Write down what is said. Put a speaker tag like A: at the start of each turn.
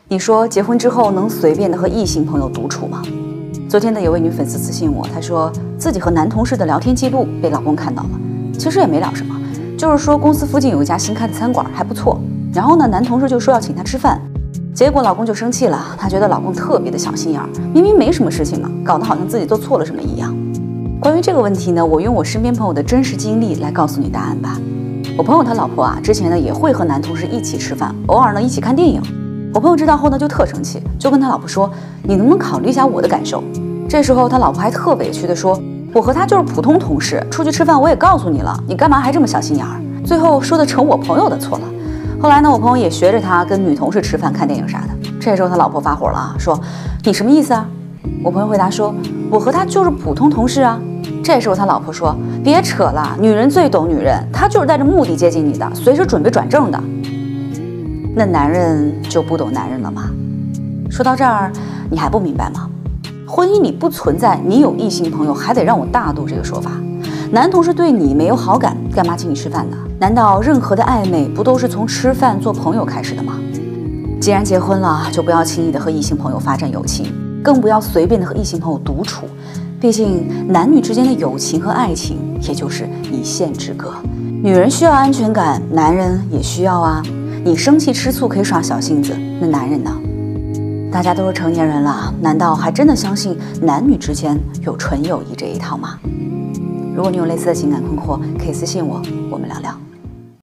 A: 你说结婚之后能随便的和异性朋友独处吗？昨天的有位女粉丝私信我，她说自己和男同事的聊天记录被老公看到了，其实也没聊什么，就是说公司附近有一家新开的餐馆还不错，然后呢，男同事就说要请她吃饭，结果老公就生气了，她觉得老公特别的小心眼儿，明明没什么事情嘛，搞得好像自己做错了什么一样。关于这个问题呢，我用我身边朋友的真实经历来告诉你答案吧。我朋友他老婆啊，之前呢也会和男同事一起吃饭，偶尔呢一起看电影。我朋友知道后呢就特生气，就跟他老婆说：“你能不能考虑一下我的感受？”这时候他老婆还特委屈地说：“我和他就是普通同事，出去吃饭我也告诉你了，你干嘛还这么小心眼儿？”最后说的成我朋友的错了。后来呢，我朋友也学着他跟女同事吃饭看电影啥的。这时候他老婆发火了，说：“你什么意思啊？”我朋友回答说：“我和他就是普通同事啊。”这时候他老婆说：“别扯了，女人最懂女人，他就是带着目的接近你的，随时准备转正的。”那男人就不懂男人了吗？说到这儿，你还不明白吗？婚姻里不存在你有异性朋友还得让我大度这个说法。男同事对你没有好感，干嘛请你吃饭呢？难道任何的暧昧不都是从吃饭做朋友开始的吗？既然结婚了，就不要轻易的和异性朋友发展友情，更不要随便的和异性朋友独处。毕竟男女之间的友情和爱情，也就是一线之隔。女人需要安全感，男人也需要啊。你生气吃醋可以耍小性子，那男人呢？大家都是成年人了，难道还真的相信男女之间有纯友谊这一套吗？如果你有类似的情感困惑，可以私信我，我们聊聊。